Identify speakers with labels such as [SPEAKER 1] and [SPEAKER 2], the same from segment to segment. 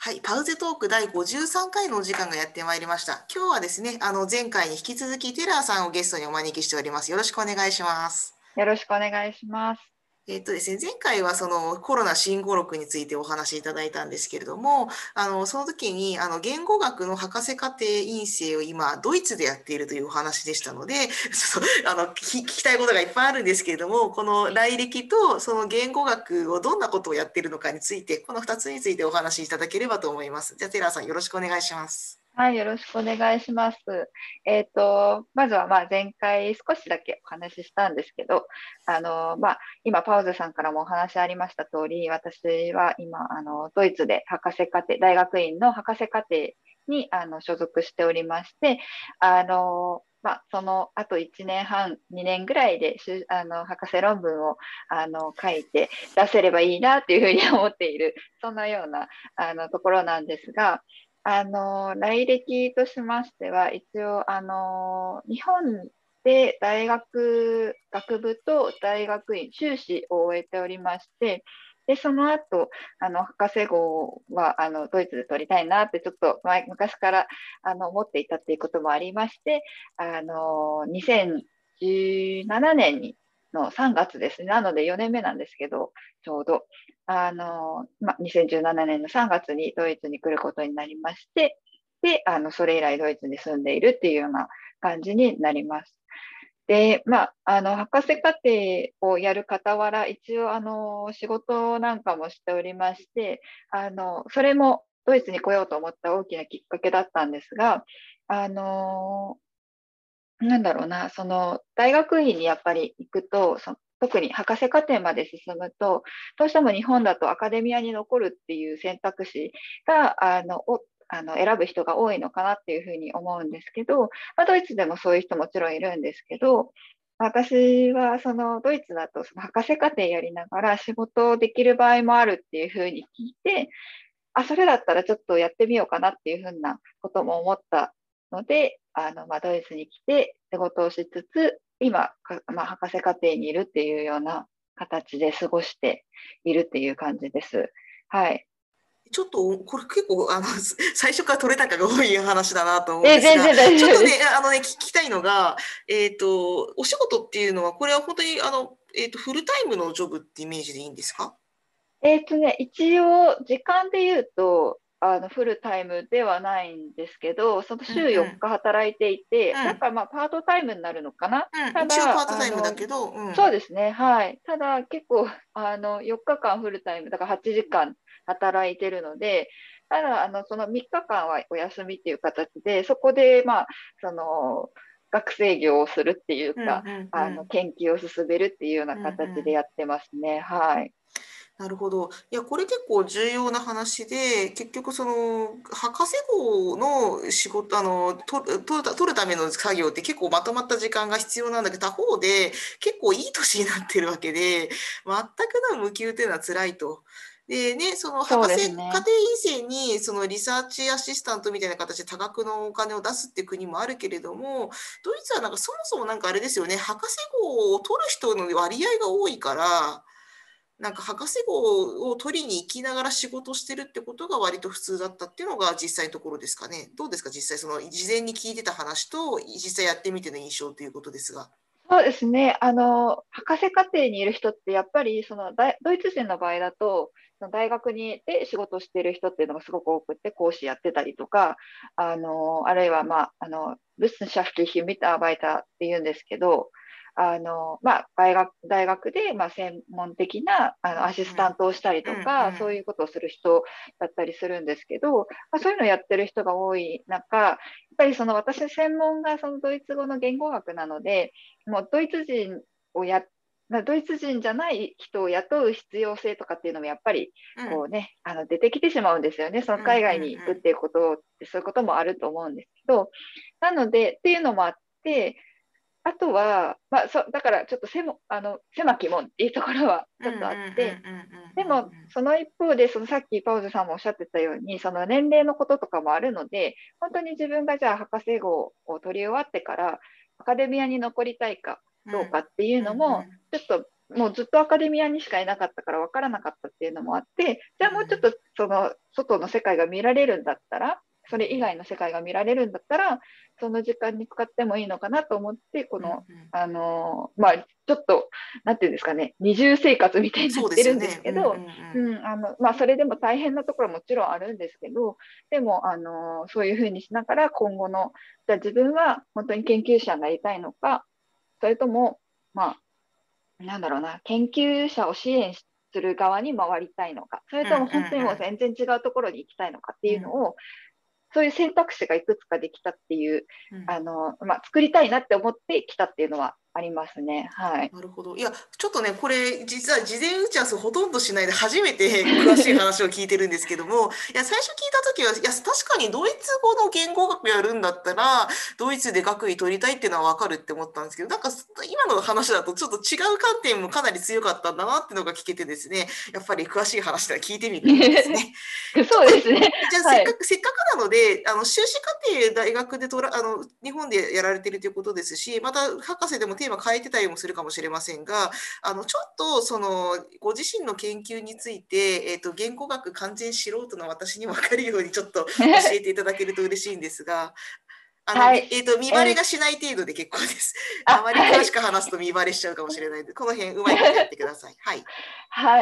[SPEAKER 1] はい、パウゼトーク第53回のお時間がやってまいりました。今日はですね、前回に引き続きテラーさんをゲストにお招きしております。よろしくお願いします。
[SPEAKER 2] よろしくお願いします。
[SPEAKER 1] ですね、前回はそのコロナ新語録についてお話しいただいたんですけれども、その時に言語学の博士課程院生を今ドイツでやっているというお話でしたので、ちょっと聞きたいことがいっぱいあるんですけれども、この来歴とその言語学をどんなことをやっているのかについて、この2つについてお話しいただければと思います。じゃあテラーさんよろしくお願いします。
[SPEAKER 2] はい、よろしくお願いします。まずは前回少しだけお話ししたんですけど、今パウゼさんからもお話ありました通り、私は今ドイツで博士課程、大学院の博士課程に所属しておりまして、その後1年半、2年ぐらいで博士論文を書いて出せればいいなというふうに思っている、そんなようなところなんですが、来歴としましては、一応、日本で学部と大学院、修士を終えておりまして、で、その後、博士号は、ドイツで取りたいなって、ちょっと昔から、思っていたっていうこともありまして、2017年の3月ですね。なので4年目なんですけど、ちょうど。2017年の3月にドイツに来ることになりまして、で、それ以来ドイツに住んでいるっていうような感じになります。で、博士課程をやる傍ら、一応、仕事なんかもしておりまして、それもドイツに来ようと思った大きなきっかけだったんですが、あの、なんだろうな、その大学院にやっぱり行くと、特に博士課程まで進むと、どうしても日本だとアカデミアに残るっていう選択肢が、選ぶ人が多いのかなっていうふうに思うんですけど、ドイツでもそういう人もちろんいるんですけど、私はそのドイツだとその博士課程やりながら仕事できる場合もあるっていうふうに聞いて、それだったらちょっとやってみようかなっていうふうなことも思ったので、ドイツに来て仕事をしつつ、今、博士課程にいるっていうような形で過ごしているっていう感じです。はい。
[SPEAKER 1] ちょっと、これ結構、最初から取れ高が多い話だなと思うんですが、
[SPEAKER 2] 全然大
[SPEAKER 1] ちょっとね、
[SPEAKER 2] 丈夫です。
[SPEAKER 1] 聞きたいのが、お仕事っていうのは、これは本当に、フルタイムのジョブってイメージでいいんですか？
[SPEAKER 2] 一応、時間で言うと、フルタイムではないんですけど、その
[SPEAKER 1] うんう
[SPEAKER 2] 週4
[SPEAKER 1] ん。
[SPEAKER 2] 日働いていて、だ
[SPEAKER 1] うん。
[SPEAKER 2] からパートタイムになるのかな。
[SPEAKER 1] うん。
[SPEAKER 2] ただ、
[SPEAKER 1] 一応パートタイムだけど、うん。
[SPEAKER 2] そうですね、はい。ただ、結構、4日間フルタイム、だから8時間働いてるので、ただ、その3日間はお休みっていう形で、そこで、その、学生業をするっていう
[SPEAKER 1] うん
[SPEAKER 2] か、
[SPEAKER 1] うんうん。
[SPEAKER 2] 研究を進めるっていうような
[SPEAKER 1] うんう
[SPEAKER 2] 形で
[SPEAKER 1] ん。
[SPEAKER 2] やってますね。はい。
[SPEAKER 1] なるほど。いや、これ結構重要な話で、結局その、博士号の仕事、取るための作業って結構まとまった時間が必要なんだけど、他方で結構いい年になってるわけで、全くの無給っていうのは辛いと。でね、その
[SPEAKER 2] そう
[SPEAKER 1] 博士課
[SPEAKER 2] ですね。
[SPEAKER 1] 程院生にそのリサーチアシスタントみたいな形で多額のお金を出すって国もあるけれども、ドイツはなんかそもそもなんかあれですよね、博士号を取る人の割合が多いから、なんか博士号を取りに行きながら仕事してるってことが割と普通だったっていうのが実際のところですかね。どうですか実際その事前に聞いてた話と実際やってみての印象ということですが。
[SPEAKER 2] そうですね。博士課程にいる人って、やっぱり、ドイツ人の場合だと、その大学にで仕事している人っていうのがすごく多くて、講師やってたりとか、あるいは、wissenschaftliche Mitarbeiter っていうんですけど、大学で、専門的な、アシスタントをしたり
[SPEAKER 1] うん、う
[SPEAKER 2] とか、そうい
[SPEAKER 1] ん、
[SPEAKER 2] うことをする人だったりするんですけど、そういうのをやってる人が多い中、やっぱりその私専門がそのドイツ語の言語学なので、もうをや、ドイツ人じゃない人を雇う必要性とかっていうのもやっぱり
[SPEAKER 1] うん、
[SPEAKER 2] こうね、出てきてしまうんですよね。その
[SPEAKER 1] うん、うん、
[SPEAKER 2] 海外に行くっていうことってそういうこともあると思うんですけど、なのでっていうのもあって、あとは、だからちょっと狭き門っていうところは
[SPEAKER 1] うん、うん、
[SPEAKER 2] ちょっとあっ
[SPEAKER 1] うん、うん、
[SPEAKER 2] て、
[SPEAKER 1] うん、
[SPEAKER 2] でも、その一方で、そのさっきパウズさんもおっしゃってたように、その年齢のこととかもあるので、本当に自分がじゃあ博士号を取り終わってから、アカデミアに残りたいか
[SPEAKER 1] うん、
[SPEAKER 2] どうかっていう
[SPEAKER 1] うん、
[SPEAKER 2] のも、ちょっともうずっとアカデミアにしかいなかったから分からなかったっていうのもあって、じゃあもうちょっとその外の世界が見られるんだったら、それ以外の世界が見られるんだったら、その時間に使ってもいいのかなと思って、この、まあ、ちょっと、なんていうんですかね、二重生活みたいにな
[SPEAKER 1] そうで
[SPEAKER 2] ってるんです
[SPEAKER 1] すよね。
[SPEAKER 2] けど、まあ、それでも大変なところはもちろんあるんですけど、でも、そういうふうにしながら今後の、じゃあ自分は本当に研究者になりたいのか、それとも、まあ、なんだろうな、研究者を支援する側に回りたいのか、それとも本当にもう全然違うところに行きたいのかっていうのを、そういう選択肢がいくつかできたっていう、まあ、作りたいなって思ってきたっていうのはありますね。はい。
[SPEAKER 1] なるほど。いや、ちょっとね、これ、実は事前打ち合わせほとんどしないで初めて詳しい話を聞いてるんですけども、いや、最初聞いたときは、いや、確かにドイツ語の言語学やるんだったら、ドイツで学位取りたいっていうのはわかるって思ったんですけど、なんか、今の話だとちょっと違う観点もかなり強かったんだなっていうのが聞けてですね、やっぱり詳しい話では聞いてみるもんですね。ちょっと、
[SPEAKER 2] そうですね。
[SPEAKER 1] じゃあ、
[SPEAKER 2] はい。
[SPEAKER 1] せっかくなので、修士課程大学で日本でやられているということですし、また博士でもテーマ変えてたりもするかもしれませんが、ちょっと、ご自身の研究について、言語学完全素人の私にも分かるように、ちょっと教えていただけると嬉しいんですが、
[SPEAKER 2] はい。
[SPEAKER 1] 見バレがしない程度で結構です。あまり
[SPEAKER 2] はい。
[SPEAKER 1] 詳しく話すと見バレしちゃうかもしれないので、この辺うまいことやってください。はい。
[SPEAKER 2] はい。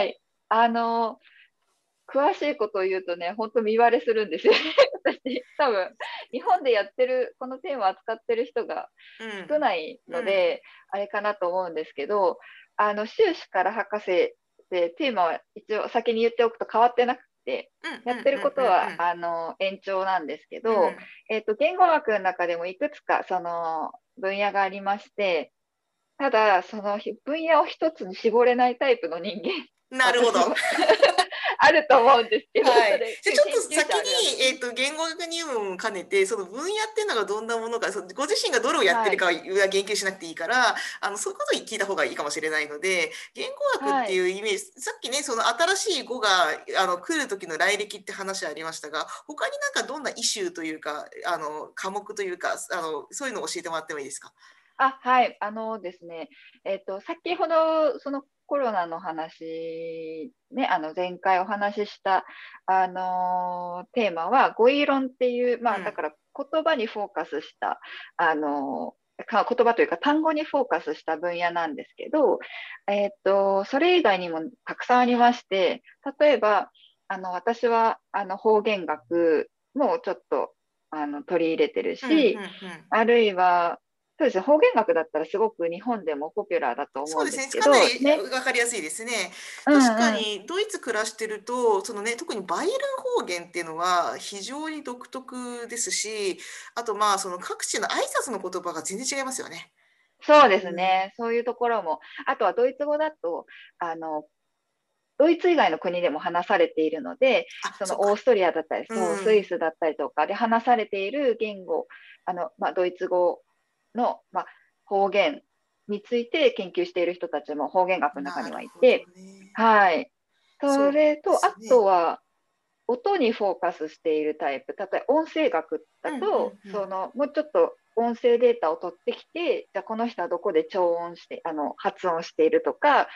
[SPEAKER 2] 詳しいことを言うとね、本当見バレするんですよね。私、多分、日本でやってる、このテーマを扱ってる人が
[SPEAKER 1] うん。
[SPEAKER 2] 少ない
[SPEAKER 1] うん。
[SPEAKER 2] ので、あれかなと思うんですけど、修士から博士で、テーマは一応先に言っておくと変わってなくて、
[SPEAKER 1] うん。
[SPEAKER 2] や
[SPEAKER 1] うん。
[SPEAKER 2] ってること
[SPEAKER 1] うん。う
[SPEAKER 2] は、
[SPEAKER 1] ん。
[SPEAKER 2] 延長なんですけど、
[SPEAKER 1] うん。
[SPEAKER 2] 言語学の中でもいくつか、その、分野がありまして、ただ、その分野を一つに絞れないタイプの人間、
[SPEAKER 1] なるほど。
[SPEAKER 2] 私もあると思うんですけど、
[SPEAKER 1] はい。
[SPEAKER 2] それ、
[SPEAKER 1] じゃあちょっ
[SPEAKER 2] 研
[SPEAKER 1] と先に、
[SPEAKER 2] 究者あるある。
[SPEAKER 1] 言語学入門も兼ねて、その分野っていうのがどんなものか、ご自身がどれをやって
[SPEAKER 2] はい。
[SPEAKER 1] るかは言及しなくていいから、そういうことを聞いた方がいいかもしれないので、言語学ってい
[SPEAKER 2] はい。
[SPEAKER 1] うイメージ、さっきね、その新しい語が、来る時の来歴って話ありましたが、他になんかどんなイシューというか、科目というか、そういうのを教えてもらってもいいですか？
[SPEAKER 2] はい。ですね、先ほど、そのコロナの話、ね、前回お話しした、テーマは、語彙論っていう、まあ、だ
[SPEAKER 1] うん。
[SPEAKER 2] から言葉にフォーカスした、言葉というか単語にフォーカスした分野なんですけど、それ以外にもたくさんありまして、例えば、私は、方言学もちょっと、取り入れてる
[SPEAKER 1] うん、うん、
[SPEAKER 2] し、
[SPEAKER 1] うん。
[SPEAKER 2] あるいは、そうですね。方言学だったらすごく日本でもポピュラーだと思うんです
[SPEAKER 1] そうですね。かなり
[SPEAKER 2] けど、ね。
[SPEAKER 1] 分かりやすいですね。
[SPEAKER 2] う
[SPEAKER 1] 確か
[SPEAKER 2] んうん。
[SPEAKER 1] に、ドイツ暮らしてると、そのね、特にバイエルン方言っていうのは非常に独特ですし、あとまあ、その各地の挨拶の言葉が全然違いますよね。
[SPEAKER 2] そうです
[SPEAKER 1] うん。
[SPEAKER 2] ね。そういうところも。あとはドイツ語だと、あの、ドイツ以外の国でも話されているので、
[SPEAKER 1] あ、
[SPEAKER 2] そ
[SPEAKER 1] そっか。
[SPEAKER 2] のオーストリアだったり、
[SPEAKER 1] う
[SPEAKER 2] そう、スイ
[SPEAKER 1] ん。
[SPEAKER 2] スだったりとかで話されている言語、まあ、ドイツ語の、まあ、方言について研究している人たちも方言学の中に
[SPEAKER 1] なる
[SPEAKER 2] はいて、
[SPEAKER 1] ほどね。
[SPEAKER 2] はい。そ
[SPEAKER 1] そう
[SPEAKER 2] れと、あ
[SPEAKER 1] ですね。
[SPEAKER 2] とは、音にフォーカスしているタイプ、例えば音声学
[SPEAKER 1] うん、う
[SPEAKER 2] だと、
[SPEAKER 1] ん、うん。
[SPEAKER 2] もうちょっと音声データを取ってきて、じゃあこの人はどこで超音して、発音しているとか、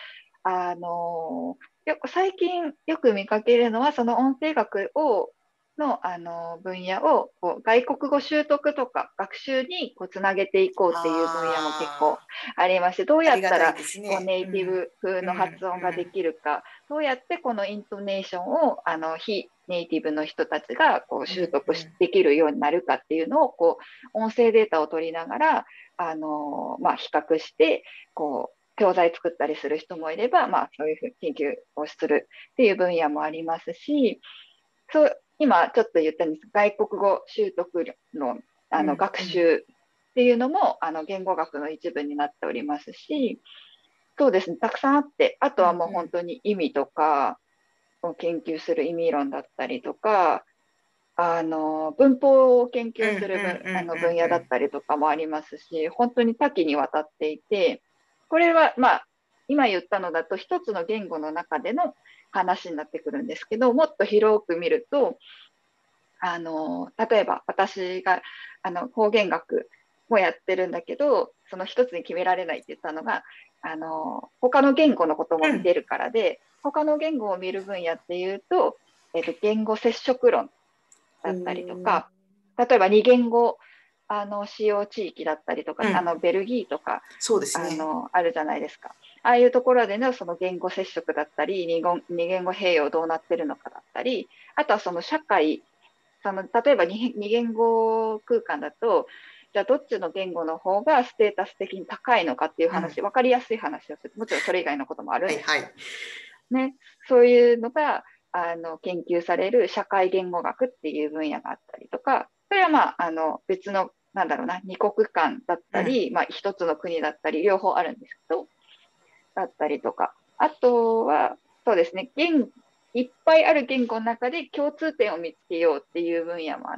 [SPEAKER 2] 最近よく見かけるのは、その音声学分野をこう外国語習得とか学習にこうつなげていこうっていう分野も結構
[SPEAKER 1] あ
[SPEAKER 2] ありまして、どう
[SPEAKER 1] あ、あ
[SPEAKER 2] やったら
[SPEAKER 1] りがたいです
[SPEAKER 2] こう
[SPEAKER 1] ね。
[SPEAKER 2] ネイティ
[SPEAKER 1] うん、
[SPEAKER 2] ブ風
[SPEAKER 1] うん、
[SPEAKER 2] の発音がで
[SPEAKER 1] うん。
[SPEAKER 2] きるか、どうやってこのイントネーションを非ネイティブの人たちがこう
[SPEAKER 1] うん、
[SPEAKER 2] 習得
[SPEAKER 1] うん。
[SPEAKER 2] できるようになるかっていうのをこう音声データを取りながらまあ、比較してこう教材作ったりする人もいれば、まあ、そういうふうに研究をするっていう分野もありますし、今ちょっと言ったんです外国語習得の、
[SPEAKER 1] うん、うん。
[SPEAKER 2] 学習っていうのも言語学の一部になっておりますし、そうですね、たくさんあって、あと
[SPEAKER 1] うん、
[SPEAKER 2] はもう本
[SPEAKER 1] うん。
[SPEAKER 2] 当に意味とかを研究する意味論だったりとか、文法を研
[SPEAKER 1] うん、うん、
[SPEAKER 2] 究する
[SPEAKER 1] うん、
[SPEAKER 2] 分野
[SPEAKER 1] うん。
[SPEAKER 2] だったりとかもありますし、本当に多岐にわたっていて、これはまあ、今言ったのだと一つの言語の中での話になってくるんですけど、もっと広く見ると、例えば私が方言学もやってるんだけど、その一つに決められないって言ったのが、 他の言語のことも
[SPEAKER 1] うん。
[SPEAKER 2] 見てるからで、他の言語を見る分野っていうと、言語接触論だ
[SPEAKER 1] ほ
[SPEAKER 2] ったりと
[SPEAKER 1] う。
[SPEAKER 2] か、例えば二言語使用地域だったりとか、
[SPEAKER 1] うん。
[SPEAKER 2] ベルギーとか
[SPEAKER 1] そうですね。
[SPEAKER 2] あるじゃないですか。ああいうところでのその言語接触だったり、二言語併用どうなってるのかだったり、あとはその社会、例えば二言語空間だと、じゃあどっちの言語の方がステータス的に高いのかっていう
[SPEAKER 1] うん。
[SPEAKER 2] 話、分かりやすい話をする。もちろんそれ以外のこともあるんですけど、
[SPEAKER 1] はいはい。
[SPEAKER 2] ね、そういうのが研究される社会言語学っていう分野があったりとか、それはまあ、別の、なんだろうな、二国間だっ
[SPEAKER 1] うん。
[SPEAKER 2] たり、まあ、一つの国だったり、両方あるんですけど、だったりとか、あとは、そうですね、いっぱいある言語の中で共通点を見つけようっていう分野もあって、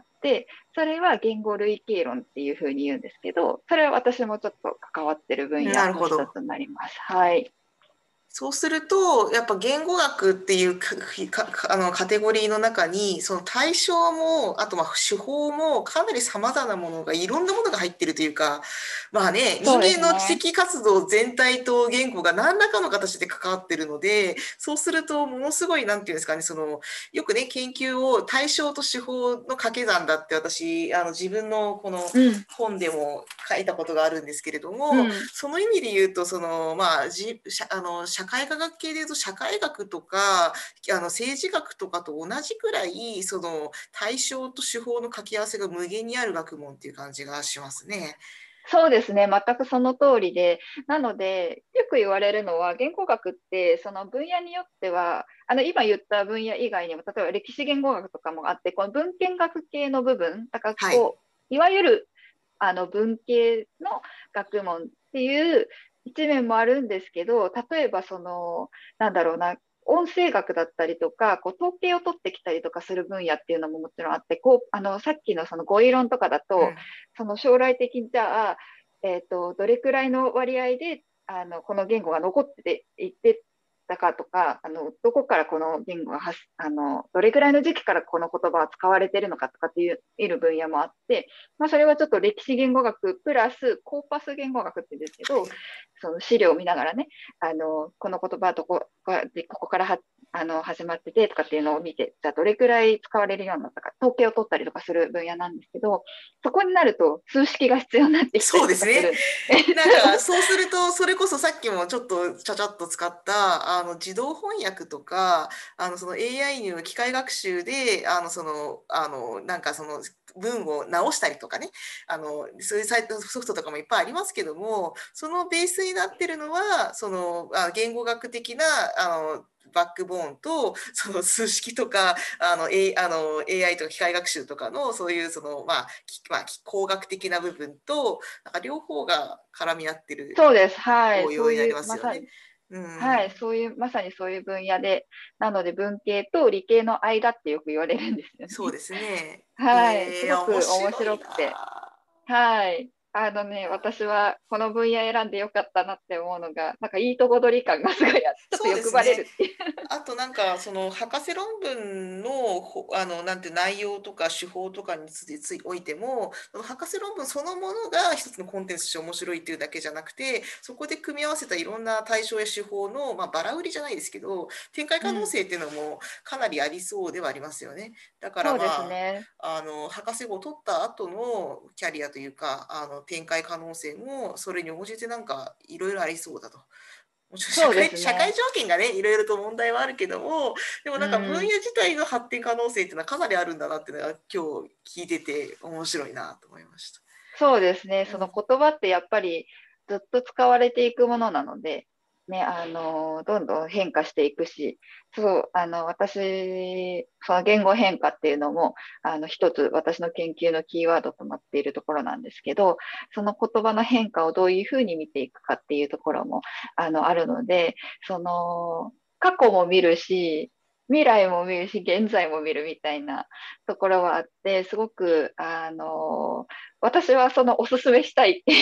[SPEAKER 2] それは言語類型論っていうふうに言うんですけど、それは私もちょっと関わってる分野
[SPEAKER 1] なるほど。
[SPEAKER 2] の一つになります。はい。
[SPEAKER 1] そうすると、やっぱ言語学っていうカテゴリーの中に、その対象も、あとまあ手法もかなり様々なものが、いろんなものが入ってるというか、まあね、人
[SPEAKER 2] そうです
[SPEAKER 1] 間の知
[SPEAKER 2] ね。
[SPEAKER 1] 的活動全体と言語が何らかの形で関わってるので、そうすると、ものすごい、なんていうんですかね、よくね、研究を対象と手法の掛け算だって私、自分のこの
[SPEAKER 2] うん、
[SPEAKER 1] 本でも書いたことがあるんですけれども、
[SPEAKER 2] うん。
[SPEAKER 1] その意味で言うと、まあ、社会科学系で言うと、社会学とか、政治学とかと同じくらい、対象と手法の掛け合わせが無限にある学問っていう感じがしますね。
[SPEAKER 2] そうですね。全くその通りで。なので、よく言われるのは、言語学って、その分野によっては、今言った分野以外にも、例えば歴史言語学とかもあって、この文献学系の部分、だから
[SPEAKER 1] はい。
[SPEAKER 2] こう、いわゆる、文系の学問っていう一面もあるんですけど、例えばなんだろうな、音声学だったりとか、こう統計を取ってきたりとかする分野っていうのももちろんあって、さっきのその語彙論とかだと、
[SPEAKER 1] うん。
[SPEAKER 2] その将来的にじゃあ、どれくらいの割合でこの言語が残っていってたかとか、どこからこの言語がどれくらいの時期からこの言葉は使われているのかとかっていう分野もあって、まあ、それはちょっと歴史言語学プラスコーパス言語学って言うんですけど、
[SPEAKER 1] はい。
[SPEAKER 2] その資料を見ながらね、この言葉はここから始まっててとかっていうのを見て、じゃあどれくらい使われるようになったか、統計を取ったりとかする分野なんですけど、そこになると数式が必要になってきたり
[SPEAKER 1] そうですね。
[SPEAKER 2] とかする。
[SPEAKER 1] なんか、そうすると、それこそさっきもちょっとちゃちゃっと使った、自動翻訳とか、その AI による機械学習で、なんか文を直したりとかね、そういうサイト、ソフトとかもいっぱいありますけども、そのベースになってるのは、言語学的な、バックボーンと、その数式とか、AI とか機械学習とかの、そういう、まあ、工学的な部分と、なんか両方が絡み合ってる
[SPEAKER 2] そうです。はい。
[SPEAKER 1] 応用になり
[SPEAKER 2] そういう、
[SPEAKER 1] ますよね。
[SPEAKER 2] まさに、
[SPEAKER 1] う
[SPEAKER 2] はい。
[SPEAKER 1] ん。
[SPEAKER 2] まさにそういう分野で、なので文系と理系の間ってよく言われるんですよね。
[SPEAKER 1] そうですね。
[SPEAKER 2] はい。すご
[SPEAKER 1] 面
[SPEAKER 2] く面
[SPEAKER 1] 白い
[SPEAKER 2] 白くて。
[SPEAKER 1] な。
[SPEAKER 2] はい。私はこの分野選んでよかったなって思うのが、なんかいいとこ取り感がすごいあって、ちょっと
[SPEAKER 1] そうで
[SPEAKER 2] 欲
[SPEAKER 1] すね。
[SPEAKER 2] 張れるっていう。
[SPEAKER 1] あとなんか、博士論文の、なんて内容とか手法とかにおいても、その博士論文そのものが一つのコンテンツとして面白いっていうだけじゃなくて、そこで組み合わせたいろんな対象や手法の、まあ、バラ売りじゃないですけど、展開可能
[SPEAKER 2] うん。
[SPEAKER 1] 性っていうのもかなりありそうではありますよね。だから
[SPEAKER 2] そうです
[SPEAKER 1] まあ、
[SPEAKER 2] ね。
[SPEAKER 1] 博士号を取った後のキャリアというか、展開可能性も、それに応じてなんかいろいろありそうだと。もちろん
[SPEAKER 2] そうで
[SPEAKER 1] 社会
[SPEAKER 2] すね。
[SPEAKER 1] 条件がね、いろいろと問題はあるけども、でも
[SPEAKER 2] う
[SPEAKER 1] なんか分野
[SPEAKER 2] ん。
[SPEAKER 1] 自体の発展可能性っていうのはかなりあるんだなっていうのが今日聞いてて面白いなと思いました。
[SPEAKER 2] そうですね。その
[SPEAKER 1] うん、
[SPEAKER 2] 言葉ってやっぱりずっと使われていくものなので、ね、どんどん変化していくし、そう、その言語変化っていうのも、一つ私の研究のキーワードとなっているところなんですけど、その言葉の変化をどういうふうに見ていくかっていうところも、あるので、過去も見るし、未来も見るし、現在も見るみたいなところはあって、すごく、私はそのおすすめしたい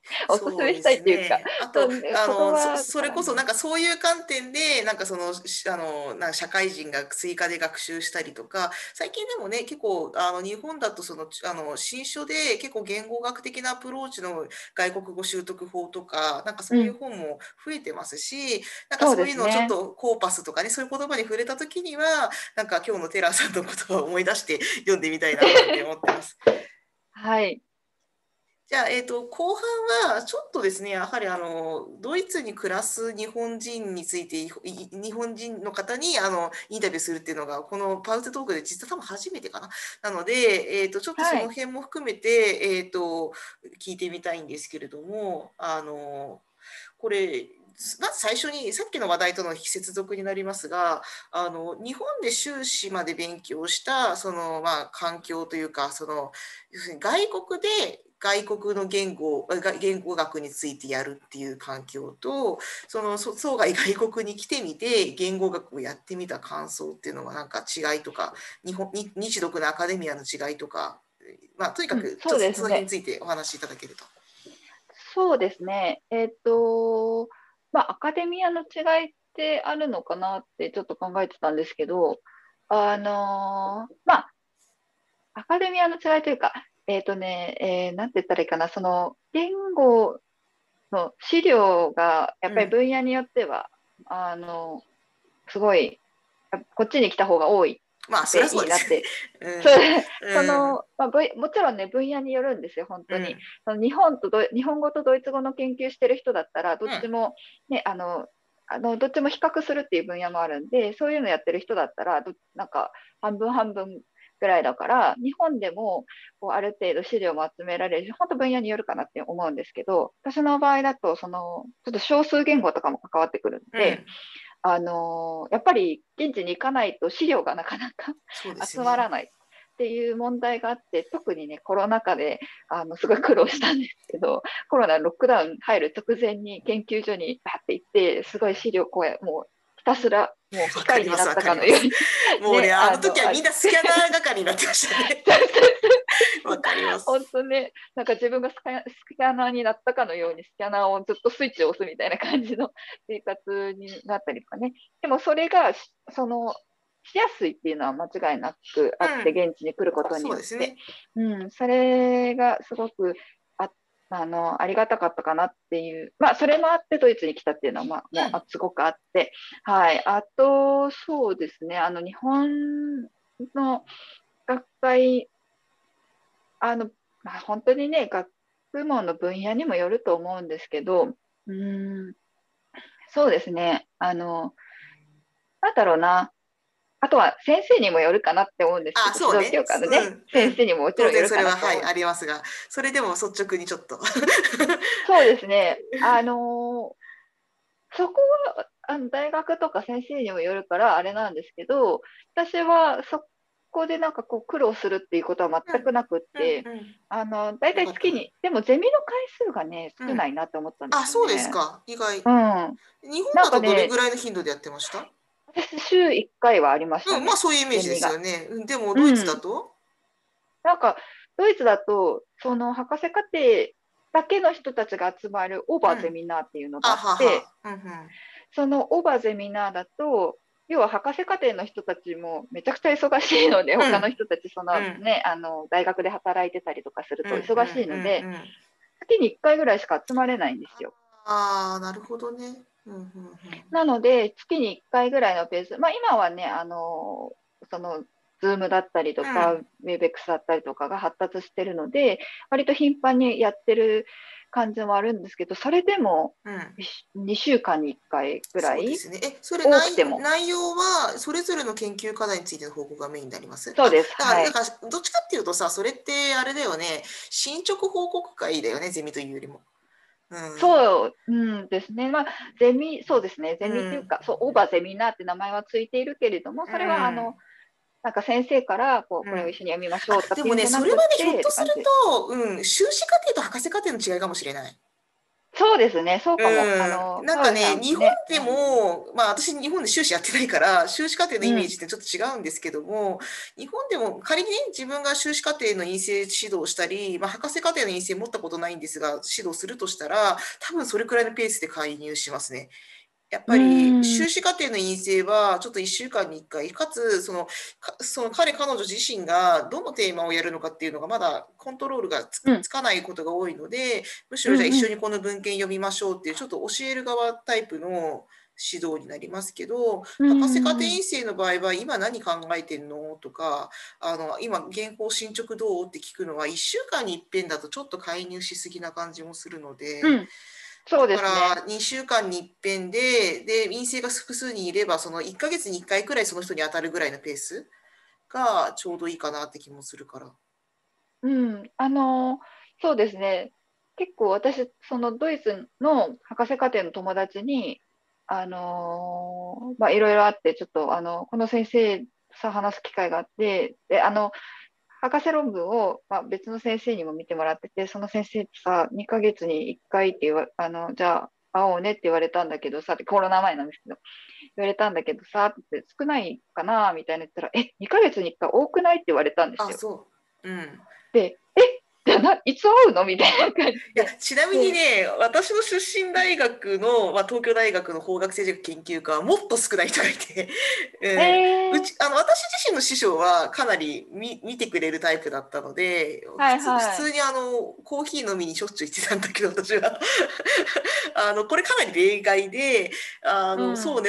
[SPEAKER 2] おすす
[SPEAKER 1] そうで
[SPEAKER 2] めしたいっていうか、
[SPEAKER 1] すね。あと、
[SPEAKER 2] そうね、言葉
[SPEAKER 1] それこそ、
[SPEAKER 2] からね。
[SPEAKER 1] なんかそういう観点で、なんかその、なんか社会人が追加で学習したりとか、最近でもね、結構、日本だと、新書で結構言語学的なアプローチの外国語習得法とか、なんかそういう
[SPEAKER 2] うん、
[SPEAKER 1] 本も増えてますし、なんか
[SPEAKER 2] そう
[SPEAKER 1] そういうのをちょっ
[SPEAKER 2] ですね。
[SPEAKER 1] とコーパスとかね、そういう言葉に触れたときには、なんか今日のテラーさんの言葉を思い出して読んでみたいな、なんて思ってます。
[SPEAKER 2] はい。
[SPEAKER 1] じゃあ、後半は、ちょっとですね、やはり、ドイツに暮らす日本人について、日本人の方に、インタビューするっていうのが、このパウズトークで実は多分初めてかな。なので、ちょっとそ
[SPEAKER 2] はい。
[SPEAKER 1] の辺も含めて、聞いてみたいんですけれども、これ、まず最初に、さっきの話題との接続になりますが、日本で修士まで勉強した、まあ、環境というか、要するに外国で外国の言語学についてやるっていう環境と、外国に来てみて言語学をやってみた感想っていうのはなんか違いとか、日独のアカデミアの違いとか、まあ、とにか
[SPEAKER 2] うん、
[SPEAKER 1] くちょ
[SPEAKER 2] そう
[SPEAKER 1] っとその辺に
[SPEAKER 2] ですね。
[SPEAKER 1] ついてお話しいただけると。
[SPEAKER 2] そうですね。まあ、アカデミアの違いってあるのかなってちょっと考えてたんですけど、まあ、アカデミアの違いというか、なんて言ったらいいかな、その言語の資料がやっぱり
[SPEAKER 1] うん。
[SPEAKER 2] 分野によっては、あの、すごい、こっちに来た方が多い
[SPEAKER 1] まあ、そりゃ
[SPEAKER 2] くて
[SPEAKER 1] そうですよね。
[SPEAKER 2] いいなって、そう、そ
[SPEAKER 1] うん。
[SPEAKER 2] の、まあ、もちろんね、分野によるんですよ、本当に。
[SPEAKER 1] うん。
[SPEAKER 2] その日本語とドイツ語の研究してる人だったら、ど
[SPEAKER 1] うん。
[SPEAKER 2] っちも、ね、どっちも比較するっていう分野もあるんで、そういうのやってる人だったら、なんか、半分半分ぐらいだから、日本でも、こう、ある程度資料も集められるし、本当分野によるかなって思うんですけど、私の場合だと、ちょっと少数言語とかも関わってくるんで、
[SPEAKER 1] うん。
[SPEAKER 2] やっぱり現地に行かないと資料がなかなか
[SPEAKER 1] そうで
[SPEAKER 2] 集
[SPEAKER 1] すね。
[SPEAKER 2] まらないっていう問題があって、特にね、コロナ禍で、すごい苦労したんですけど、コロナロックダウン入る直前に研究所にバーって行って、すごい資料もうひたすらもう機
[SPEAKER 1] わかります、
[SPEAKER 2] 械になった
[SPEAKER 1] わかります。
[SPEAKER 2] かのように
[SPEAKER 1] もうね、
[SPEAKER 2] ね、
[SPEAKER 1] あの時はみんなスキャナー係になってましたね。わかります。
[SPEAKER 2] 本当ね、なんか自分がスキャナーになったかのように、スキャナーをずっとスイッチを押すみたいな感じの生活になったりとかね。でもそれが、しやすいっていうのは間違いなくあって、
[SPEAKER 1] うん。
[SPEAKER 2] 現地に来ることによって。
[SPEAKER 1] そうですね。
[SPEAKER 2] うん、それがすごくありがたかったかなっていう。まあ、それもあってドイツに来たっていうのは、まあ、もう、
[SPEAKER 1] うん。
[SPEAKER 2] すごくあって。はい。あと、そうですね。日本の学会、あの、まあ、本当にね、学問の分野にもよると思うんですけど、そうですね。なんだろうな。あとは先生にもよるかなって思うんですけ
[SPEAKER 1] あ、
[SPEAKER 2] ど、指導
[SPEAKER 1] そうね。
[SPEAKER 2] 教科のね、
[SPEAKER 1] うん、うん。
[SPEAKER 2] 先生にももちろ
[SPEAKER 1] 当
[SPEAKER 2] んよるか
[SPEAKER 1] 然それは、はい、
[SPEAKER 2] なって思う。
[SPEAKER 1] ありますが、それでも率直にちょっと。
[SPEAKER 2] そうですね。そこは、大学とか先生にもよるからあれなんですけど、私はそこでなんかこう苦労するっていうことは
[SPEAKER 1] うん、
[SPEAKER 2] 全くなくっ
[SPEAKER 1] うん、
[SPEAKER 2] て、
[SPEAKER 1] うん。
[SPEAKER 2] 大
[SPEAKER 1] よかった。
[SPEAKER 2] 体月に、でもゼミの回数がね、少な
[SPEAKER 1] うん。
[SPEAKER 2] いなって思ったんで
[SPEAKER 1] あ、
[SPEAKER 2] すよ
[SPEAKER 1] そうです
[SPEAKER 2] ね。
[SPEAKER 1] か。意外。
[SPEAKER 2] うん。
[SPEAKER 1] 日本
[SPEAKER 2] なん
[SPEAKER 1] だとどれぐ
[SPEAKER 2] かね、
[SPEAKER 1] らいの頻度でやってました？
[SPEAKER 2] 私週1回はありました
[SPEAKER 1] うん、まあ
[SPEAKER 2] ね、
[SPEAKER 1] そういうイメージで
[SPEAKER 2] ゼミが。
[SPEAKER 1] すよね。うんでもドイツ
[SPEAKER 2] うん。
[SPEAKER 1] だと？
[SPEAKER 2] なんか、ドイツだと、その博士課程だけの人たちが集まるオーバーゼ
[SPEAKER 1] うん。
[SPEAKER 2] ミナーっていうのがあ
[SPEAKER 1] あ
[SPEAKER 2] って、
[SPEAKER 1] はは。うん、うん。
[SPEAKER 2] そのオーバーゼミナーだと、要は博士課程の人たちもめちゃくちゃ忙しいので、他の
[SPEAKER 1] うん、
[SPEAKER 2] 人たち、
[SPEAKER 1] うん、
[SPEAKER 2] 大学で働いてたりとかする
[SPEAKER 1] うん、うん、
[SPEAKER 2] と忙しい
[SPEAKER 1] うん。
[SPEAKER 2] ので、
[SPEAKER 1] うん。
[SPEAKER 2] 月に1回ぐらいしか集まれないんですよ。
[SPEAKER 1] ああ、なるほどね。うん、うん、うん。
[SPEAKER 2] なので、月に1回ぐらいのペース、まあ今はね、その、ズームだったりとか、ウ
[SPEAKER 1] うん、
[SPEAKER 2] ェイベックスだったりとかが発達してるので、割と頻繁にやってる感じもあるんですけど、それでも
[SPEAKER 1] うん。
[SPEAKER 2] 2週間に1回ぐらい、
[SPEAKER 1] そうですね。それ
[SPEAKER 2] 多くても。
[SPEAKER 1] 内容は、それぞれの研究課題についての報告がメインになります？あ、
[SPEAKER 2] そうです。はい。
[SPEAKER 1] だから、どっちかっていうとさ、それってあれだよね。進捗報告会だよね、ゼミというよりも。うん。
[SPEAKER 2] そう、うんですね。まあ、そうですね。ゼ
[SPEAKER 1] う
[SPEAKER 2] ミっていう
[SPEAKER 1] ん。
[SPEAKER 2] か、そう、オーバーゼミナーって名前はついているけれども、
[SPEAKER 1] う
[SPEAKER 2] それは
[SPEAKER 1] ん。
[SPEAKER 2] なんか先生から、
[SPEAKER 1] うん。
[SPEAKER 2] これを一緒に読みまし
[SPEAKER 1] あ、
[SPEAKER 2] ょうとかっ
[SPEAKER 1] でもね、
[SPEAKER 2] ていうんじゃな
[SPEAKER 1] それはね、
[SPEAKER 2] くて、
[SPEAKER 1] ひょっとする
[SPEAKER 2] って感じ。
[SPEAKER 1] と、うん、修士課程と博士課程の違いかもしれない。
[SPEAKER 2] そうですね、そうかも。
[SPEAKER 1] なんかね、
[SPEAKER 2] 澤部さん
[SPEAKER 1] 日本
[SPEAKER 2] ね。
[SPEAKER 1] でも、まあ私日本で修士やってないから、修士課程のイメー
[SPEAKER 2] うん、
[SPEAKER 1] ジってちょっと違うんですけども、日本でも仮にね、自分が修士課程の院生指導をしたり、まあ博士課程の院生持ったことないんですが、指導するとしたら、多分それくらいのペースで介入しますね。やっ
[SPEAKER 2] う
[SPEAKER 1] ぱり
[SPEAKER 2] ん、
[SPEAKER 1] 修士課程の院生はちょっと1週間に1回、かつその彼女自身がどのテーマをやるのかっていうのがまだコントロールが
[SPEAKER 2] うん、
[SPEAKER 1] つかないことが多いので、むしろじゃあ一
[SPEAKER 2] うん、うん、
[SPEAKER 1] 緒にこの文献読みましょうっていうちょっと教える側タイプの指導になりますけど、
[SPEAKER 2] う
[SPEAKER 1] 博士課程
[SPEAKER 2] ん、
[SPEAKER 1] 院生の場合は今何考えてんのとか、今原稿進捗どうって聞くのは1週間に一遍だとちょっと介入しすぎな感じもするので、
[SPEAKER 2] うん、そう
[SPEAKER 1] だか
[SPEAKER 2] ですね。
[SPEAKER 1] ら2週間に一遍で、陰性が複数人いれば、その1ヶ月に1回くらいその人に当たるぐらいのペースがちょうどいいかなって気もするから。
[SPEAKER 2] うん、そうですね。結構私、そのドイツの博士課程の友達に、まあ、いろいろあって、ちょっと、この先生さ、話す機会があって、で、博士論文を、まあ、別の先生にも見てもらってて、その先生ってさ、2ヶ月に1回ってじゃあ、会おうねって言われたんだけどさ、コロナ前なんですけど、言われたんだけどさ、って少ないかなみたいな言ったら、2ヶ月に1回多くないって言われたんです
[SPEAKER 1] あ、
[SPEAKER 2] よ。
[SPEAKER 1] そう。うん。
[SPEAKER 2] で、じゃあいつ会うのみたいな感じ
[SPEAKER 1] いや、
[SPEAKER 2] で。
[SPEAKER 1] ちなみに
[SPEAKER 2] で、
[SPEAKER 1] ね、私の出身大学の、まあ、東京大学の法学政治学研究科はもっと少ない人がいて、
[SPEAKER 2] えー、
[SPEAKER 1] 私自身の師匠はかなり見てくれるタイプだったので、
[SPEAKER 2] はい
[SPEAKER 1] 普
[SPEAKER 2] はい。
[SPEAKER 1] 通にコーヒー飲みにしょっちゅう行ってたんだけど、私は。これかなり例外で、
[SPEAKER 2] うん。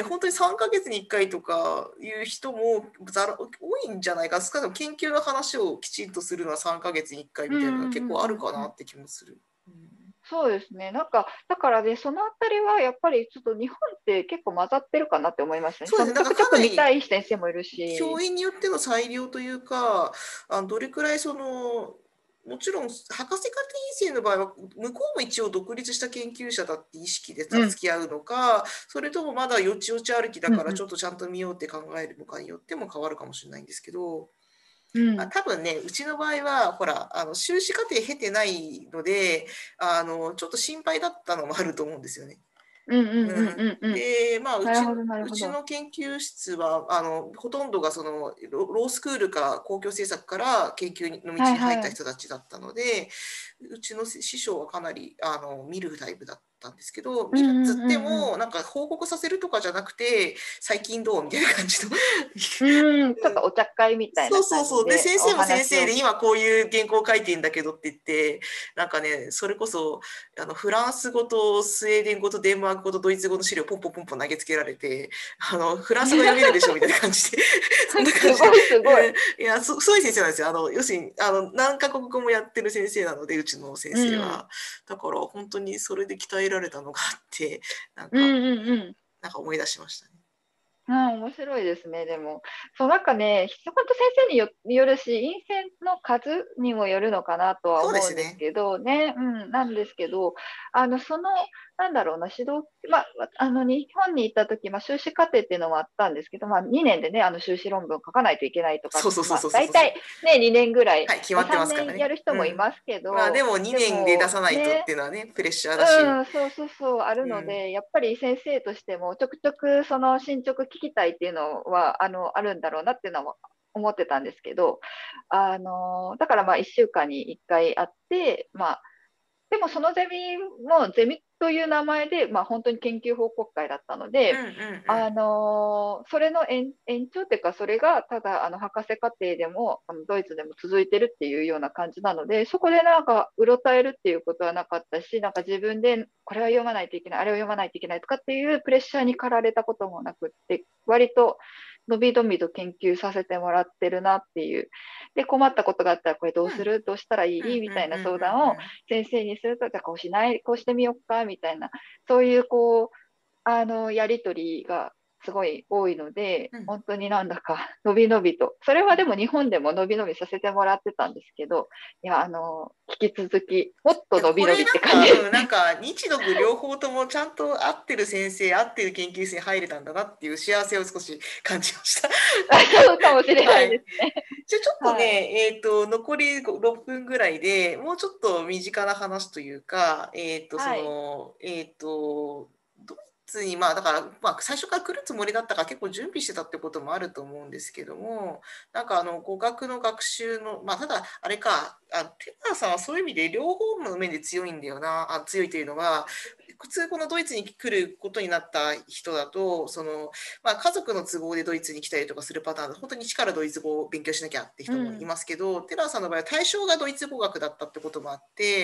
[SPEAKER 1] そうね、本当に3ヶ月に1回とかいう人も多いんじゃないか。少なくとも研究の話をきちんとするのは3ヶ月に1回
[SPEAKER 2] うん
[SPEAKER 1] みたいなのが
[SPEAKER 2] うんうん
[SPEAKER 1] 結構ある
[SPEAKER 2] うんうん。
[SPEAKER 1] かなって気もする。うん、
[SPEAKER 2] そうですね。なんか、だからね、そのあたりはやっぱりちょっと日本って結構混ざってるかなって思いましたね。
[SPEAKER 1] そうですね、なんか
[SPEAKER 2] ちょくちょく見た
[SPEAKER 1] かなり
[SPEAKER 2] い先生もいるし。
[SPEAKER 1] 教員によっての裁量というか、どれくらいもちろん博士課程院生の場合は、向こうも一応独立した研究者だって意識で
[SPEAKER 2] うん。
[SPEAKER 1] 付き合うのか、それともまだよちよち歩きだからち
[SPEAKER 2] うんうん。
[SPEAKER 1] ょっとちゃんと見ようって考えるのかによっても変わるかもしれないんですけど、まあ、
[SPEAKER 2] うん。
[SPEAKER 1] 多分ね、うちの場合は、ほら、修士課程経てないので、ちょっと心配だったのもあると思うんですよね。
[SPEAKER 2] うんうんうん
[SPEAKER 1] うん、
[SPEAKER 2] うんうん。
[SPEAKER 1] で、まあ、
[SPEAKER 2] なるほど、なる
[SPEAKER 1] う
[SPEAKER 2] ほど。
[SPEAKER 1] ちの研究室は、ほとんどがロースクールか公共政策から研究の道に入った
[SPEAKER 2] はいはい。
[SPEAKER 1] 人たちだったので、うちの師匠はかなり見るタイプだったんですけど、
[SPEAKER 2] うん
[SPEAKER 1] 見るっつっ
[SPEAKER 2] うんうんうん。
[SPEAKER 1] ても、なんか報告させるとかじゃなくて、最近どうみたいな感じの。
[SPEAKER 2] うーん、ちょっと
[SPEAKER 1] うん、
[SPEAKER 2] お茶会みたいな
[SPEAKER 1] そうそうそう。で、
[SPEAKER 2] 感じでお
[SPEAKER 1] 先生も先
[SPEAKER 2] 話を。
[SPEAKER 1] 生で、今こういう原稿書いてんだけどって言って、なんかね、それこそ、フランス語とスウェーデン語とデンマーク語とドイツ語の資料ポンポンポンポン投げつけられて、フランス語読めるでしょみたいな感じで、そんな感じで、
[SPEAKER 2] すごいすごい。
[SPEAKER 1] いや、そういう先生なんですよ。要するに、何カ国語もやってる先生なので、うちの先
[SPEAKER 2] うん。
[SPEAKER 1] 生は。だから、本当にそれで鍛えられたのがあって、なん
[SPEAKER 2] うん
[SPEAKER 1] か、
[SPEAKER 2] うんうん。
[SPEAKER 1] なんか思い出しましたね。
[SPEAKER 2] ああ、面白いですね、でも。そう、なんかね、本当先生によるし、陰性の数にもよるのかなとは
[SPEAKER 1] そうで
[SPEAKER 2] 思うんです
[SPEAKER 1] すね。
[SPEAKER 2] けどね、うん、なんですけど、その、なんだろうな、指導、まあ、日本に行った時、まあ、修士課程っていうのもあったんですけど、まあ、2年でね、修士論文書かないといけないとか、
[SPEAKER 1] そうそうそう
[SPEAKER 2] まあ、
[SPEAKER 1] そうそうそう。
[SPEAKER 2] 大体ね、2年ぐらい、
[SPEAKER 1] はい、決ま
[SPEAKER 2] まあ、
[SPEAKER 1] ってま
[SPEAKER 2] 3
[SPEAKER 1] すからね。
[SPEAKER 2] 年やる人
[SPEAKER 1] うん。
[SPEAKER 2] もいますけ
[SPEAKER 1] まあで
[SPEAKER 2] ど、
[SPEAKER 1] も
[SPEAKER 2] で
[SPEAKER 1] 2年で出
[SPEAKER 2] も
[SPEAKER 1] さないとっ
[SPEAKER 2] ね、
[SPEAKER 1] ていうのはね、プレッシャーだし。
[SPEAKER 2] うん、そうそうそう、ある
[SPEAKER 1] うん。
[SPEAKER 2] ので、やっぱり先生としても、ちょくちょくその進捗聞きたいっていうのは、あるんだろうなっていうのは思ってたんですけど、だからまあ1週間に1回あって、まあ、でもそのゼミもゼミという名前で、まあ、本当に研究報告会だったので、
[SPEAKER 1] うんうんうん。
[SPEAKER 2] それの延長っていうか、それがただ博士課程でもドイツでも続いてるっていうような感じなので、そこでなんかうろたえるっていうことはなかったし、なんか自分でこれは読まないといけない、あれを読まないといけないとかっていうプレッシャーに駆られたこともなくって、割とのびのびと研究させてもらってるなっていう。で、困ったことがあったら、これどう
[SPEAKER 1] うん。
[SPEAKER 2] するどうしたらい
[SPEAKER 1] うんうん
[SPEAKER 2] いみたいな
[SPEAKER 1] うん
[SPEAKER 2] 相談を
[SPEAKER 1] うん
[SPEAKER 2] 先生にすると、じゃあこうしない、こうしてみようかみたいな、そういうこう、やりとりがすごい多いので、
[SPEAKER 1] うん。
[SPEAKER 2] 本当になんだか、のびのびと。それはでも日本でものびのびさせてもらってたんですけど、いや、聞引き続きもっと伸び
[SPEAKER 1] こ
[SPEAKER 2] 伸びって
[SPEAKER 1] れなんか、
[SPEAKER 2] 感じです
[SPEAKER 1] なん
[SPEAKER 2] ね。
[SPEAKER 1] か日独両方ともちゃんと合ってる先生、合ってる研究室に入れたんだなっていう幸せを少し感じました。
[SPEAKER 2] そうかもしれないで
[SPEAKER 1] はい。
[SPEAKER 2] すね。
[SPEAKER 1] じゃあちょっと
[SPEAKER 2] はい。
[SPEAKER 1] ね、残り6分ぐらいでもうちょっと身近な話というか、そ
[SPEAKER 2] はい。
[SPEAKER 1] の、ドイツに、まあだから、まあ最初から来るつもりだったから結構準備してたってこともあると思うんですけども、なんか語学の学習の、まあただ、あれか、テラーさんはそういう意味で両方の面で強いんだよな、強いというのは、普通このドイツに来ることになった人だと、まあ、家族の都合でドイツに来たりとかするパターンで、本当に一からドイツ語を勉強しなきゃって
[SPEAKER 2] うん。
[SPEAKER 1] 人もいますけど、テラーさんの場合は対象がドイツ語学だったってこともあって、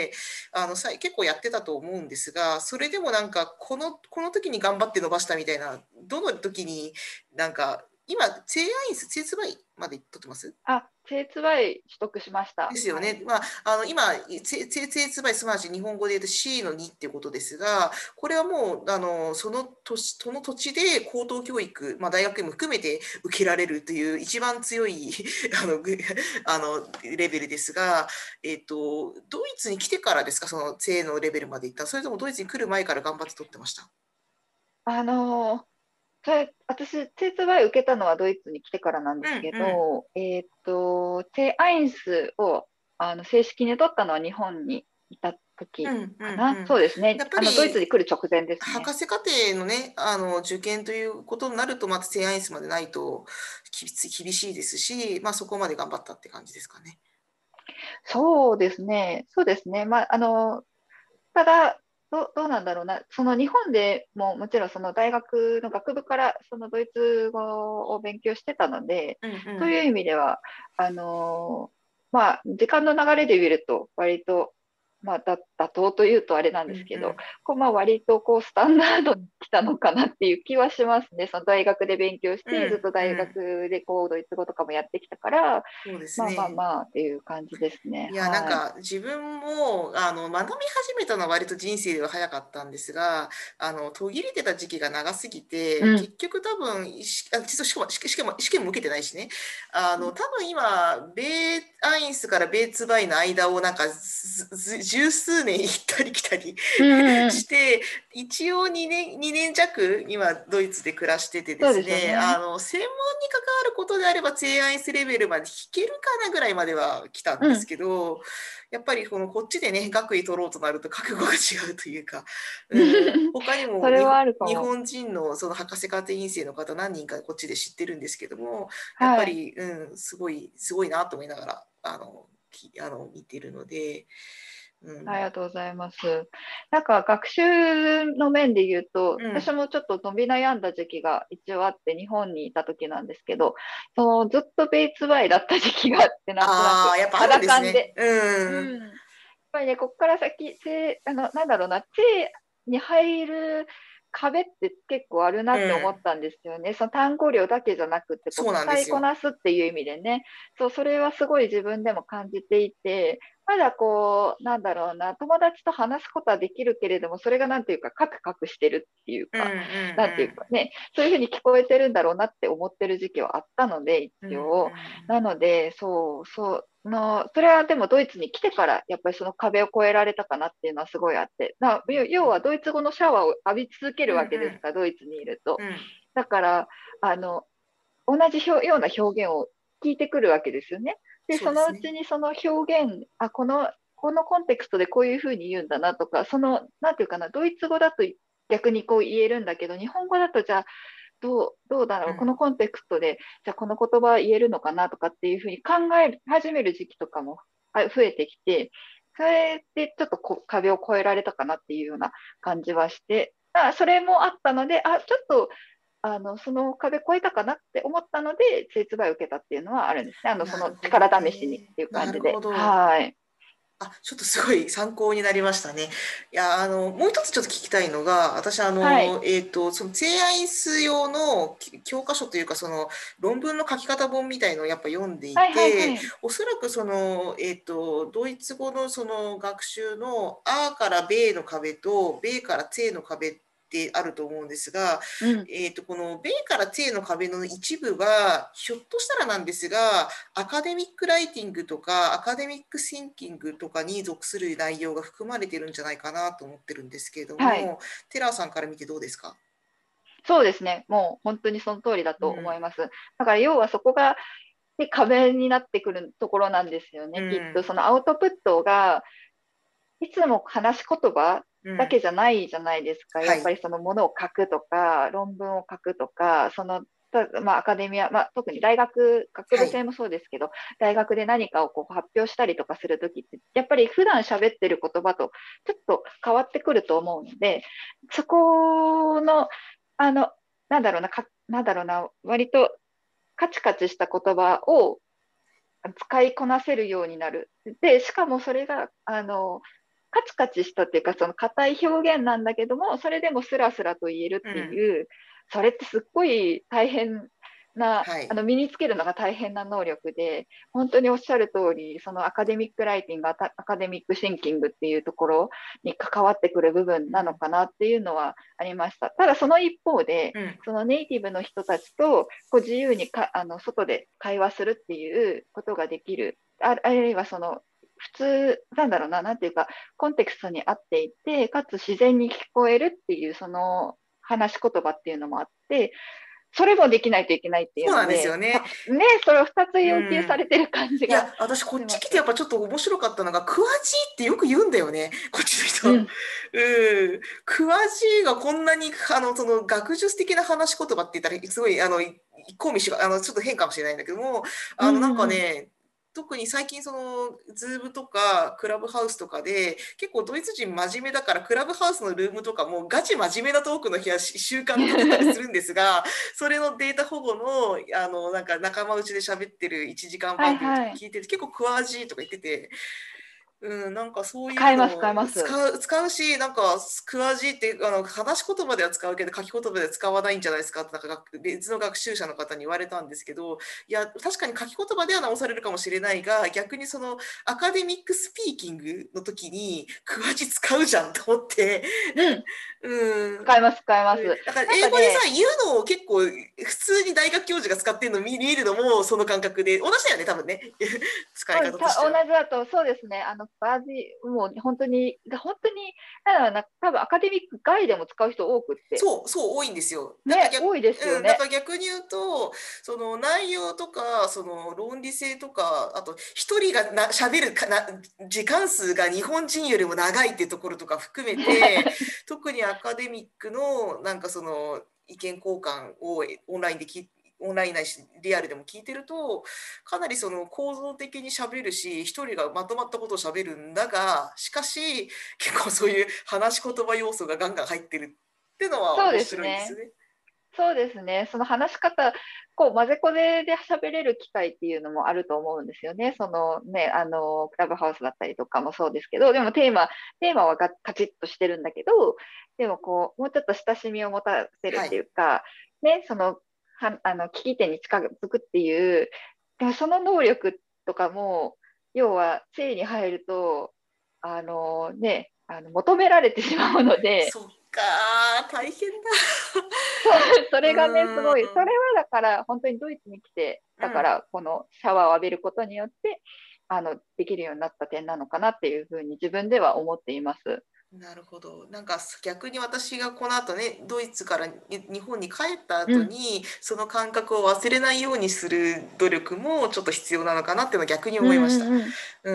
[SPEAKER 1] 結構やってたと思うんですが、それでもなんかこの時に頑張って伸ばしたみたいな、どの時になんか、今、チェーアインス、チェーツバイまで取ってます？
[SPEAKER 2] あ、C2Y 取得しました。はい。
[SPEAKER 1] ですよね。まあ、今、つばいすなわち日本語で言うと C の2っていうことですが、これはもう、その土地で高等教育、まあ、大学院も含めて受けられるという一番強いレベルですが、ドイツに来てからですか、その C のレベルまで行った。それともドイツに来る前から頑張って取ってました？
[SPEAKER 2] あのー私、C2Y 受けたのはドイツに来てからなんですけ
[SPEAKER 1] うんうん。
[SPEAKER 2] ど、C アインスを正式に取ったのは日本にいた時
[SPEAKER 1] うんう
[SPEAKER 2] かな。
[SPEAKER 1] んうん。
[SPEAKER 2] そうですね。
[SPEAKER 1] やっぱ
[SPEAKER 2] ドイツに
[SPEAKER 1] り
[SPEAKER 2] 来る直前ですね。
[SPEAKER 1] 博士課程のね、受験ということになると、また提案室までないと厳しいですし、まあ、そこまで頑張ったって感じですかね。
[SPEAKER 2] そうですね。そうですね。まあ、ただ、どうなんだろうな。その日本でももちろんその大学の学部からそのドイツ語を勉強してたので、
[SPEAKER 1] うんうん。
[SPEAKER 2] そういう意味では、まあ、時間の流れで見ると割と、まあ、妥当というとあれなん
[SPEAKER 1] うん
[SPEAKER 2] ですけど、
[SPEAKER 1] うん。
[SPEAKER 2] まあ、割とスタンダードに来たのかなっていう気はしますね。その大学で勉強し
[SPEAKER 1] う
[SPEAKER 2] て、ずっと大
[SPEAKER 1] んうん。
[SPEAKER 2] 学でドイツ語とかもやってきたから、
[SPEAKER 1] そうです
[SPEAKER 2] まあまあ
[SPEAKER 1] ね。
[SPEAKER 2] まあっていう感じですね。
[SPEAKER 1] いや、なん
[SPEAKER 2] はい。
[SPEAKER 1] か自分も学び始めたのは割と人生では早かったんですが、途切れてた時期が長すぎて、
[SPEAKER 2] うん。
[SPEAKER 1] 結局多分、実は試験も受けてないしね、多分今、米アインスから米ツバイの間をなんか十数年行ったり来たり
[SPEAKER 2] うんうんうん。
[SPEAKER 1] して、一応2年弱、今、ドイツで暮らしててで
[SPEAKER 2] そうですよ
[SPEAKER 1] すね、
[SPEAKER 2] ね。
[SPEAKER 1] 専門に関わることであれば、ツェアインスレベルまで弾けるかなぐらいまでは来たんです
[SPEAKER 2] うん。
[SPEAKER 1] けど、やっぱりこっちでね、学位取ろうとなると覚悟が違うというか、うん、他に
[SPEAKER 2] そ
[SPEAKER 1] も
[SPEAKER 2] れはあるか
[SPEAKER 1] 日
[SPEAKER 2] も。
[SPEAKER 1] 本人のその博士課程院生の方何人かこっちで知ってるんですけども、やっぱ
[SPEAKER 2] はい。
[SPEAKER 1] り、すごいなと思いながら、見てるので、うん、
[SPEAKER 2] ありがとうございます。なんか学習の面で言うと、
[SPEAKER 1] うん。
[SPEAKER 2] 私もちょっと伸び悩んだ時期が一応あって日本にいた時なんですけど、ずっとベイツバイだった時期があって、なんとなく
[SPEAKER 1] ああ、やっぱあるん
[SPEAKER 2] 肌
[SPEAKER 1] ですね。
[SPEAKER 2] 感で。う
[SPEAKER 1] うん。
[SPEAKER 2] ん。やっぱりね、こっから先、なんだろうな、に入る壁って結構あるな
[SPEAKER 1] う
[SPEAKER 2] って思っ
[SPEAKER 1] ん。
[SPEAKER 2] たんですよね。その単語量だけじゃなくて、
[SPEAKER 1] そうなんですよ。
[SPEAKER 2] 使いこなすっていう意味でね。そう、それはすごい自分でも感じていて、まだなんだろうな、友達と話すことはできるけれども、それがなんていうか、カクカクしてるっていう
[SPEAKER 1] うんう
[SPEAKER 2] か、なんていう
[SPEAKER 1] ん
[SPEAKER 2] かね、そういうふうに聞こえてるんだろうなって思ってる時期はあったので、
[SPEAKER 1] うん。うんう
[SPEAKER 2] 一応。な
[SPEAKER 1] ん。
[SPEAKER 2] ので、それはでもドイツに来てから、やっぱりその壁を越えられたかなっていうのはすごいあって、要はドイツ語のシャワーを浴び続けるわけですから、ドイツにいると。
[SPEAKER 1] うんうん。
[SPEAKER 2] だから、あの、同じような表現を聞いてくるわけですよね。で、そのう
[SPEAKER 1] そうですね。
[SPEAKER 2] ちにその表現、このコンテクストでこういうふうに言うんだなとか、なんていうかな、ドイツ語だと逆にこう言えるんだけど、日本語だとじゃあ、どうだろう、こ
[SPEAKER 1] うん。
[SPEAKER 2] のコンテクストで、じゃあこの言葉言えるのかなとかっていうふうに考え始める時期とかも増えてきて、それでちょっと壁を越えられたかなっていうような感じはして、それもあったので、ちょっとその壁越えたかなって思ったので、精通を受けたっていうのはあるんですね。その
[SPEAKER 1] なるほど
[SPEAKER 2] 力試しにっ
[SPEAKER 1] ね。
[SPEAKER 2] ていう
[SPEAKER 1] なる
[SPEAKER 2] 感じで。
[SPEAKER 1] ほど。
[SPEAKER 2] はい。
[SPEAKER 1] ちょっとすごい参考になりましたね。いや、もう一つちょっと聞きたいのが、私、
[SPEAKER 2] はい。
[SPEAKER 1] その、ツェアインス用の教科書というか、その、論文の書き方本みたいのをやっぱ読んでい
[SPEAKER 2] はいはい
[SPEAKER 1] て、
[SPEAKER 2] はい。
[SPEAKER 1] おそらくその、ドイツ語のその学習の、アーからベーの壁と、ベーからツェの壁っってあると思うんですが、
[SPEAKER 2] うん、
[SPEAKER 1] この米から帝の壁の一部は、ひょっとしたらなんですが、アカデミックライティングとか、アカデミックシンキングとかに属する内容が含まれてるんじゃないかなと思ってるんですけれど
[SPEAKER 2] はい。
[SPEAKER 1] も、テラーさんから見てどうですか？
[SPEAKER 2] そうですね。もう本当にその通りだと思
[SPEAKER 1] うん、
[SPEAKER 2] います。だから要はそこが、ね、壁になってくるところなんですよね。きっと
[SPEAKER 1] うん、
[SPEAKER 2] そのアウトプットがいつも話し言葉
[SPEAKER 1] うん、
[SPEAKER 2] だけじゃないじゃないですか。や
[SPEAKER 1] はい、
[SPEAKER 2] っぱりそのものを書くとか、論文を書くとか、まあ、アカデミア、まあ、特に大学、学
[SPEAKER 1] はい、
[SPEAKER 2] 部生もそうですけど、大学で何かをこう発表したりとかするときって、やっぱり普段喋ってる言葉とちょっと変わってくると思うので、そこの、あの、なんだろうな、割とカチカチした言葉を使いこなせるようになる。で、しかもそれが、カチカチしたっていうか、その硬い表現なんだけども、それでもスラスラと言えるって
[SPEAKER 1] うん、
[SPEAKER 2] いう、それってすっごい大変な、
[SPEAKER 1] はい。
[SPEAKER 2] 身につけるのが大変な能力で、本当におっしゃる通り、そのアカデミックライティング、アカデミックシンキングっていうところに関わってくる部分
[SPEAKER 1] うん、
[SPEAKER 2] なのかなっていうのはありました。ただその一方で、
[SPEAKER 1] うん、
[SPEAKER 2] そのネイティブの人たちとこう自由に外で会話するっていうことができる。あるいはその普通、なんだろうな、なんていうか、コンテクストに合っていて、かつ自然に聞こえるっていう、その話し言葉っていうのもあって、それもできないといけないってい
[SPEAKER 1] そうなんですよ
[SPEAKER 2] うので、
[SPEAKER 1] ね。
[SPEAKER 2] それを2つ
[SPEAKER 1] う
[SPEAKER 2] 要求さ
[SPEAKER 1] ん。
[SPEAKER 2] れてる感じが
[SPEAKER 1] いや、私こっち来てやっ
[SPEAKER 2] します。
[SPEAKER 1] ぱちょっと面白かったのが、クワジーってよく言うんだよね。こっちの人。
[SPEAKER 2] うん、
[SPEAKER 1] うん。クワジーがこんなに、その学術的な話し言葉って言ったら、すごい、コミシが、ちょっと変かもしれないんだけども、
[SPEAKER 2] うん、
[SPEAKER 1] なん
[SPEAKER 2] うん、うん。
[SPEAKER 1] かね、特に最近その、ズームとか、クラブハウスとかで、結構ドイツ人真面目だから、クラブハウスのルームとかもガチ真面目なトークの日は習慣立てたりするんですが、それのデータ保護の、なんか仲間内で喋ってる1時間
[SPEAKER 2] はい
[SPEAKER 1] 番組と
[SPEAKER 2] はい。
[SPEAKER 1] か聞いてて、結構クワージーとか言ってて、うん、なんかそういう
[SPEAKER 2] 使います、
[SPEAKER 1] のを
[SPEAKER 2] 使います。
[SPEAKER 1] 使うし、なんかクワージーって話し言葉では使うけど書き言葉では使わないんじゃないですかってなんか別の学習者の方に言われたんですけど、いや、確かに書き言葉では直されるかもしれないが、逆にそのアカデミックスピーキングの時にクワージー使うじゃんと思って、
[SPEAKER 2] うん、
[SPEAKER 1] うん。
[SPEAKER 2] 使います、使います。
[SPEAKER 1] だから
[SPEAKER 2] なん
[SPEAKER 1] 英語でさ、
[SPEAKER 2] かね、
[SPEAKER 1] 言うのを結構普通に大学教授が使ってるのを見えるのもその感覚で、同じだよね、多分ね。使い
[SPEAKER 2] うん、同
[SPEAKER 1] 方としては。
[SPEAKER 2] じだと、そうですね。バージもう本当に、なんだろうな、多分アカデミック外でも使う人多くって、
[SPEAKER 1] そう、そう、多いんですよ。
[SPEAKER 2] ね、多いですよ
[SPEAKER 1] だか
[SPEAKER 2] ね。
[SPEAKER 1] ら逆に言うと、その内容とか、その論理性とか、あと一人が喋る時間数が日本人よりも長いっていうところとか含めて、特にアカデミックのなんかその意見交換をオンラインないしリアルでも聞いてると、かなりその構造的に喋るし、一人がまとまったことを喋るんだが、しかし結構そういう話し言葉要素がガンガン入ってるっていうのは面
[SPEAKER 2] そうですね。
[SPEAKER 1] 白いですね。
[SPEAKER 2] そうですね。その話し方、こう、混ぜこぜで喋れる機会っていうのもあると思うんですよね。そのね、クラブハウスだったりとかもそうですけど、でもテーマはカチッとしてるんだけど、でもこう、もうちょっと親しみを持たせるってい
[SPEAKER 1] はい。
[SPEAKER 2] うか、ね、聞き手に近づくっていう、でもその能力とかも、要は、生に入ると、求められてしまうので、
[SPEAKER 1] そっかー、大変だ。
[SPEAKER 2] そ
[SPEAKER 1] う
[SPEAKER 2] れがね、すごい。それ
[SPEAKER 1] ーん。
[SPEAKER 2] はだから、本当にドイツに来て、
[SPEAKER 1] うん。
[SPEAKER 2] だから、このシャワーを浴びることによって、できるようになった点なのかなっていうふうに自分では思っています。
[SPEAKER 1] なるほど。なんか逆に私がこの後ね、ドイツから日本に帰った
[SPEAKER 2] うん。
[SPEAKER 1] 後に、その感覚を忘れないようにする努力もちょっと必要なのかなっていうのは逆に
[SPEAKER 2] うん
[SPEAKER 1] 思いました。
[SPEAKER 2] うんうん。
[SPEAKER 1] うん。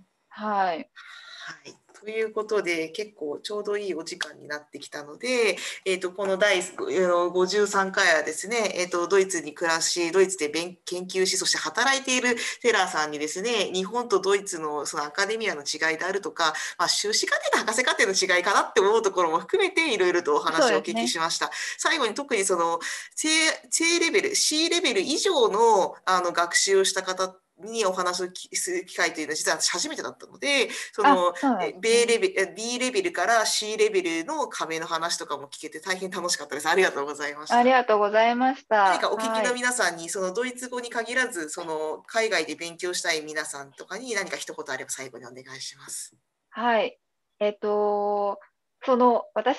[SPEAKER 2] はい。
[SPEAKER 1] はい。ということで、結構ちょうどいいお時間になってきたので、この53回はですね、ドイツに暮らし、ドイツで研究し、そして働いているテラーさんにですね、日本とドイツのそのアカデミアの違いであるとか、まあ、修士課程と博士課程の違いかなって思うところも含めて、いろいろとお話をお聞き
[SPEAKER 2] そうですね。
[SPEAKER 1] しました。最後に特にその、低レベル、C レベル以上の、学習をした方にお話をする機会というのは実は初めてだったので、そ
[SPEAKER 2] あ、
[SPEAKER 1] の、
[SPEAKER 2] そうなんですね。
[SPEAKER 1] B レベルから C レベルの壁の話とかも聞けて大変楽しかったです。ありがとうございまし
[SPEAKER 2] あり
[SPEAKER 1] た。
[SPEAKER 2] がとうございまし
[SPEAKER 1] 何
[SPEAKER 2] た。
[SPEAKER 1] かお聞きの
[SPEAKER 2] はい。
[SPEAKER 1] 皆さんに、そのドイツ語に限らず、その海外で勉強したい皆さんとかに何か一言あれば最後にお願いします。
[SPEAKER 2] はい。私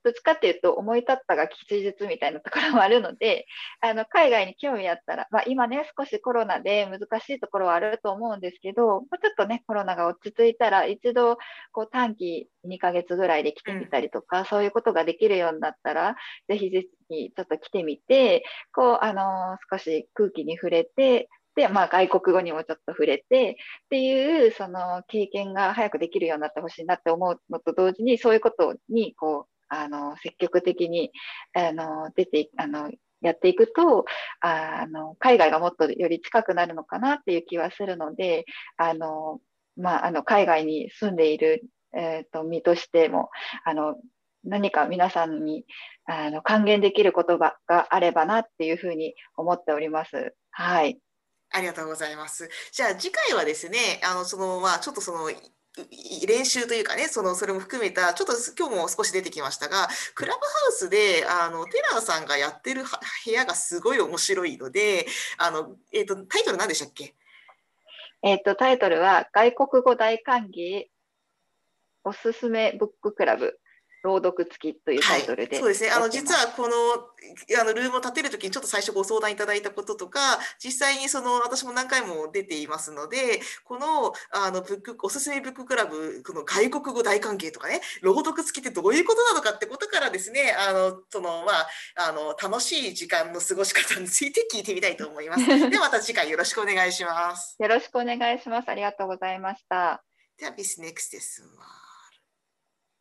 [SPEAKER 2] どっちかっていうと思い立ったが吉日みたいなところもあるので、海外に興味あったら、今ね、少しコロナで難しいところはあると思うんですけど、もうちょっとね、コロナが落ち着いたら、一度、短期2ヶ月ぐらいで来てみたりとか、そういうことができるようになったら、ぜひぜひちょっと来てみて、少し空気に触れて、で、外国語にもちょっと触れて、っていう、その経験が早くできるようになってほしいなって思うのと同時に、そういうことに、積極的に、出て、やっていくと、海外がもっとより近くなるのかなっていう気はするので、海外に住んでいる、身としても、何か皆さんに、還元できる言葉があればなっていうふうに思っております。はい。
[SPEAKER 1] ありがとうございます。じゃあ次回はですね、ちょっと練習というかね、それも含めた、ちょっと今日も少し出てきましたが、クラブハウスで、テラーさんがやってる部屋がすごい面白いので、タイトル何でしたっけ？
[SPEAKER 2] タイトルは、外国語大歓迎おすすめブッククラブ、朗読付きというタ
[SPEAKER 1] はい、
[SPEAKER 2] イトルで
[SPEAKER 1] そうですね。実
[SPEAKER 2] やってます。
[SPEAKER 1] はこの、ルームを立てるときにちょっと最初ご相談いただいたこととか、実際に私も何回も出ていますので、この、おすすめブッククラブ、この外国語大関係とかね、朗読付きってどういうことなのかってことからですね、楽しい時間の過ごし方について聞いてみたいと思います。ではまた次回よろしくお願いします。
[SPEAKER 2] よろしくお願いします。ありがとうございました。
[SPEAKER 1] では、ビスネクスです。